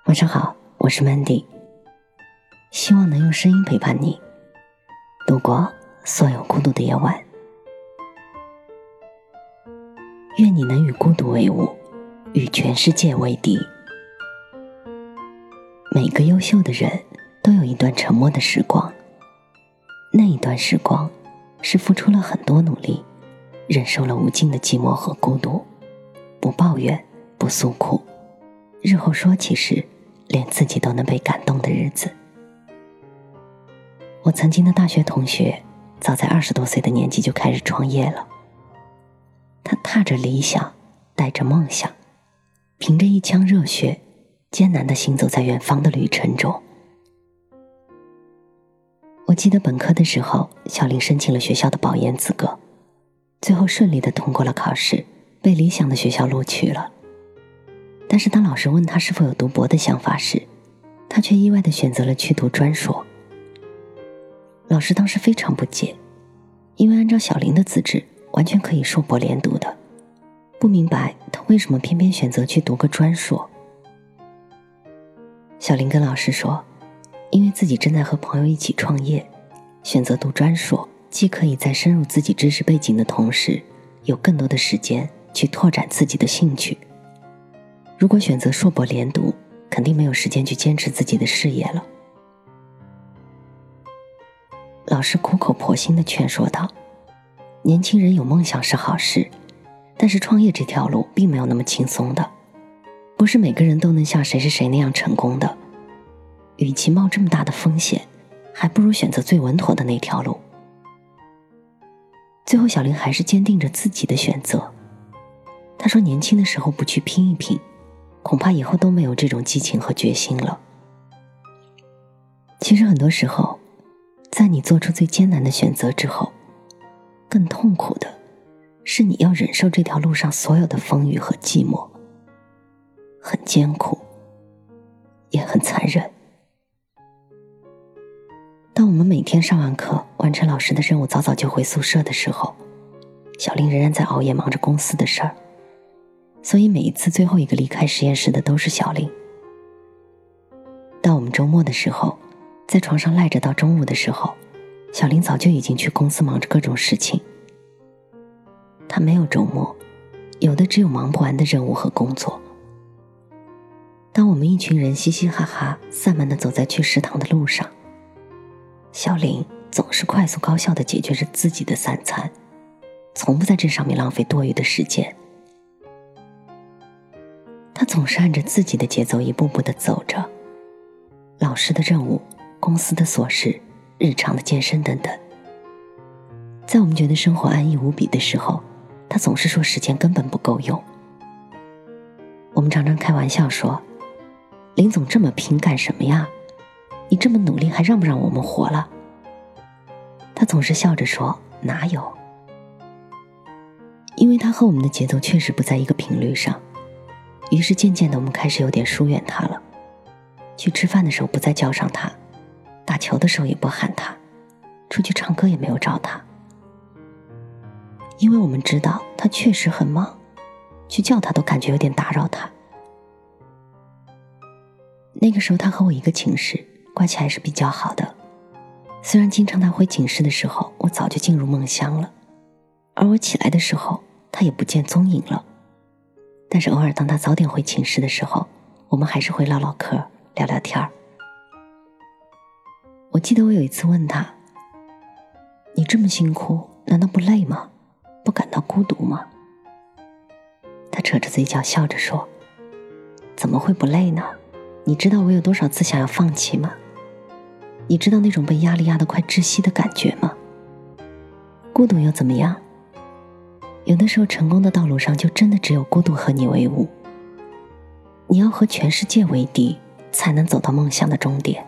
晚上好，我是 Mandy， 希望能用声音陪伴你度过所有孤独的夜晚。愿你能与孤独为伍，与全世界为敌。每个优秀的人都有一段沉默的时光，那一段时光是付出了很多努力，忍受了无尽的寂寞和孤独，不抱怨，不诉苦，日后说起时连自己都能被感动的日子。我曾经的大学同学早在20多岁的年纪就开始创业了，他踏着理想，带着梦想，凭着一腔热血，艰难地行走在远方的旅程中。我记得本科的时候，小林申请了学校的保研资格，最后顺利地通过了考试，被理想的学校录取了。但是当老师问他是否有读博的想法时，他却意外地选择了去读专硕。老师当时非常不解，因为按照小林的资质完全可以硕博连读的，不明白他为什么偏偏选择去读个专硕。小林跟老师说，因为自己正在和朋友一起创业，选择读专硕，既可以在深入自己知识背景的同时，有更多的时间去拓展自己的兴趣。如果选择硕博连读，肯定没有时间去坚持自己的事业了。老师苦口婆心地劝说道，年轻人有梦想是好事，但是创业这条路并没有那么轻松的，不是每个人都能像谁是谁那样成功的。与其冒这么大的风险，还不如选择最稳妥的那条路。最后小林还是坚定着自己的选择。他说，年轻的时候不去拼一拼，恐怕以后都没有这种激情和决心了。其实很多时候，在你做出最艰难的选择之后，更痛苦的是你要忍受这条路上所有的风雨和寂寞，很艰苦，也很残忍。当我们每天上完课，完成老师的任务，早早就回宿舍的时候，小林仍然在熬夜忙着公司的事儿，所以每一次最后一个离开实验室的都是小林。到我们周末的时候，在床上赖着到中午的时候，小林早就已经去公司忙着各种事情。他没有周末，有的只有忙不完的任务和工作。当我们一群人嘻嘻哈哈散漫地走在去食堂的路上，小林总是快速高效地解决着自己的3餐，从不在这上面浪费多余的时间。他总是按着自己的节奏一步步地走着，老师的任务，公司的琐事，日常的健身等等。在我们觉得生活安逸无比的时候，他总是说时间根本不够用。我们常常开玩笑说，林总这么拼干什么呀？你这么努力还让不让我们活了？他总是笑着说，哪有？因为他和我们的节奏确实不在一个频率上，于是渐渐的我们开始有点疏远他了。去吃饭的时候不再叫上他，打球的时候也不喊他，出去唱歌也没有找他。因为我们知道他确实很忙，去叫他都感觉有点打扰他。那个时候他和我一个寝室，关系还是比较好的。虽然经常他回寝室的时候，我早就进入梦乡了，而我起来的时候，他也不见踪影了。但是偶尔当他早点回寝室的时候，我们还是会唠唠嗑，聊聊天儿。我记得我有一次问他，你这么辛苦，难道不累吗？不感到孤独吗？他扯着嘴角笑着说，怎么会不累呢？你知道我有多少次想要放弃吗？你知道那种被压力压得快窒息的感觉吗？孤独又怎么样？有的时候成功的道路上就真的只有孤独和你为伍。你要和全世界为敌，才能走到梦想的终点。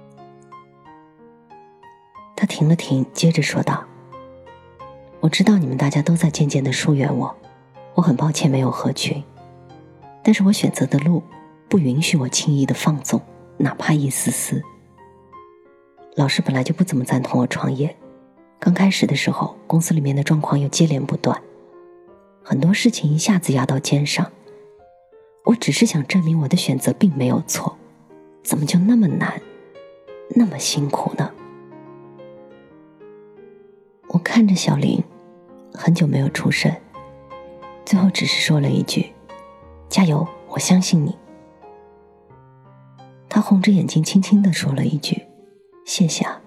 他停了停，接着说道，我知道你们大家都在渐渐地疏远我，我很抱歉没有合群，但是我选择的路不允许我轻易的放纵，哪怕一丝丝。老师本来就不怎么赞同我创业，刚开始的时候，公司里面的状况又接连不断，很多事情一下子压到肩上。我只是想证明我的选择并没有错， 怎么就那么难，那么辛苦呢？我看着小林，很久没有出声，最后只是说了一句：加油，我相信你。他红着眼睛轻轻地说了一句：谢谢啊。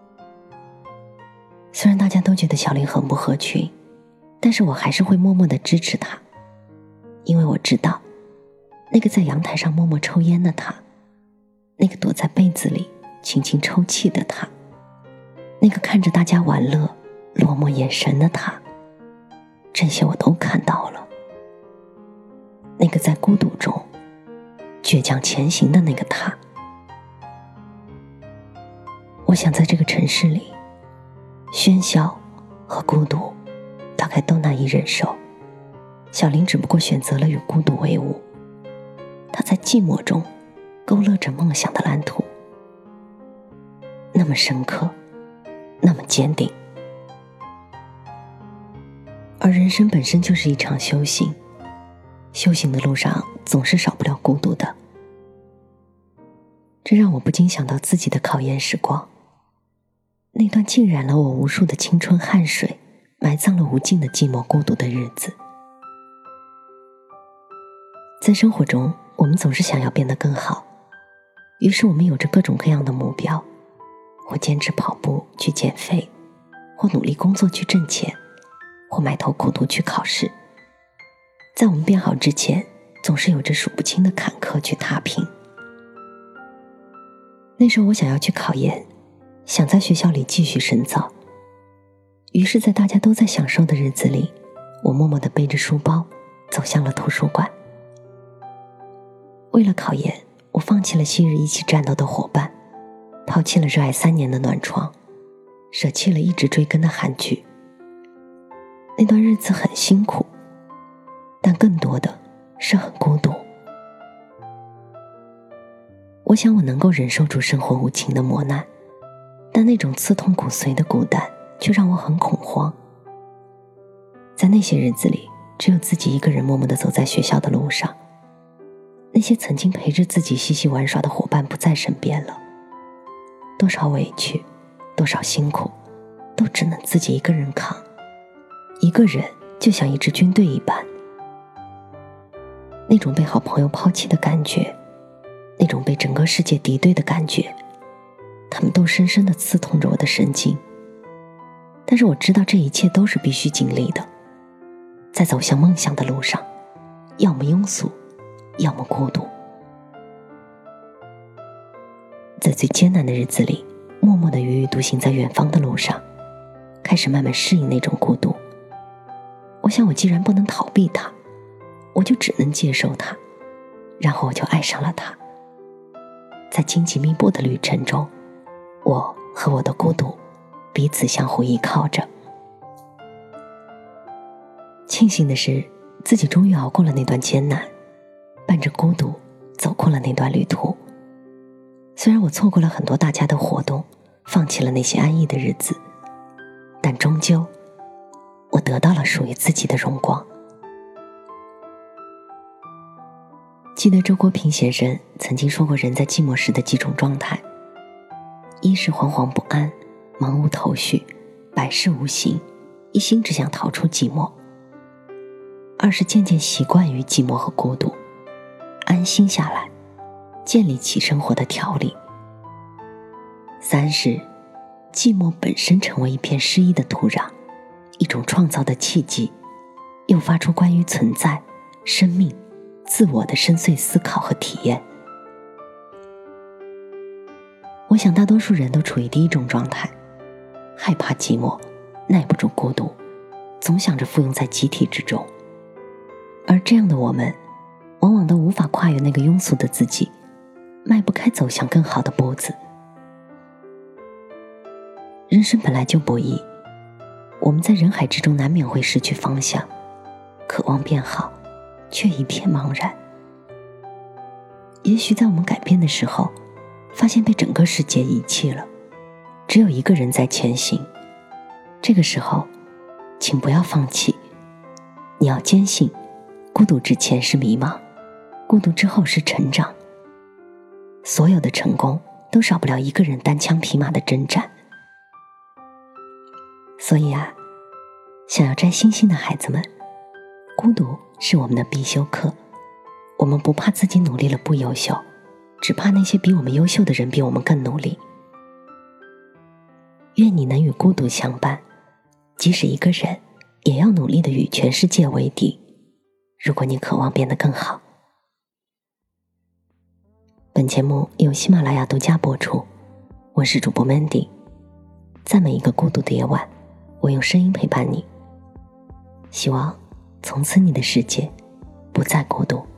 虽然大家都觉得小林很不合群，但是我还是会默默地支持他，因为我知道，那个在阳台上默默抽烟的他，那个躲在被子里轻轻抽泣的他，那个看着大家玩乐落寞眼神的他，这些我都看到了。那个在孤独中倔强前行的那个他，我想在这个城市里，喧嚣和孤独大概都难以忍受。小林只不过选择了与孤独为伍，他在寂寞中勾勒着梦想的蓝图，那么深刻，那么坚定。而人生本身就是一场修行，修行的路上总是少不了孤独的。这让我不禁想到自己的考研时光，那段浸染了我无数的青春汗水，埋葬了无尽的寂寞孤独的日子。在生活中，我们总是想要变得更好，于是我们有着各种各样的目标，或坚持跑步去减肥，或努力工作去挣钱，或埋头苦读去考试。在我们变好之前，总是有着数不清的坎坷去踏平。那时候我想要去考研，想在学校里继续深造，于是在大家都在享受的日子里，我默默地背着书包走向了图书馆。为了考研，我放弃了昔日一起战斗的伙伴，抛弃了热爱3年的暖床，舍弃了一直追更的韩剧。那段日子很辛苦，但更多的是很孤独。我想我能够忍受住生活无情的磨难，但那种刺痛骨髓的孤单却让我很恐慌。在那些日子里，只有自己一个人默默地走在学校的路上，那些曾经陪着自己嬉戏玩耍的伙伴不在身边了，多少委屈，多少辛苦，都只能自己一个人扛，一个人就像一支军队一般。那种被好朋友抛弃的感觉，那种被整个世界敌对的感觉，他们都深深地刺痛着我的神经。但是我知道这一切都是必须经历的，在走向梦想的路上，要么庸俗，要么孤独。在最艰难的日子里，默默地踽踽独行在远方的路上，开始慢慢适应那种孤独。我想我既然不能逃避它，我就只能接受它，然后我就爱上了它。在荆棘密布的旅程中，我和我的孤独彼此相互依靠着。庆幸的是，自己终于熬过了那段艰难，伴着孤独走过了那段旅途。虽然我错过了很多大家的活动，放弃了那些安逸的日子，但终究我得到了属于自己的荣光。记得周国平先生曾经说过人在寂寞时的几种状态：一是惶惶不安，茫无头绪，百事无形，一心只想逃出寂寞；二是渐渐习惯于寂寞和孤独，安心下来，建立起生活的条理；三是寂寞本身成为一片诗意的土壤，一种创造的契机，诱发出关于存在、生命、自我的深邃思考和体验。我想大多数人都处于第一种状态，害怕寂寞，耐不住孤独，总想着附庸在集体之中。而这样的我们，往往都无法跨越那个庸俗的自己，迈不开走向更好的步子。人生本来就不易，我们在人海之中难免会失去方向，渴望变好，却一片茫然。也许在我们改变的时候，发现被整个世界遗弃了，只有一个人在前行。这个时候，请不要放弃，你要坚信，孤独之前是迷茫，孤独之后是成长。 所有的成功都少不了一个人单枪匹马的征战。所以啊，想要摘星星的孩子们，孤独是我们的必修课。我们不怕自己努力了不优秀，只怕那些比我们优秀的人比我们更努力。愿你能与孤独相伴，即使一个人，也要努力地与全世界为敌。如果你渴望变得更好。本节目由喜马拉雅独家播出，我是主播 Mandy。在每一个孤独的夜晚，我用声音陪伴你。希望从此你的世界不再孤独。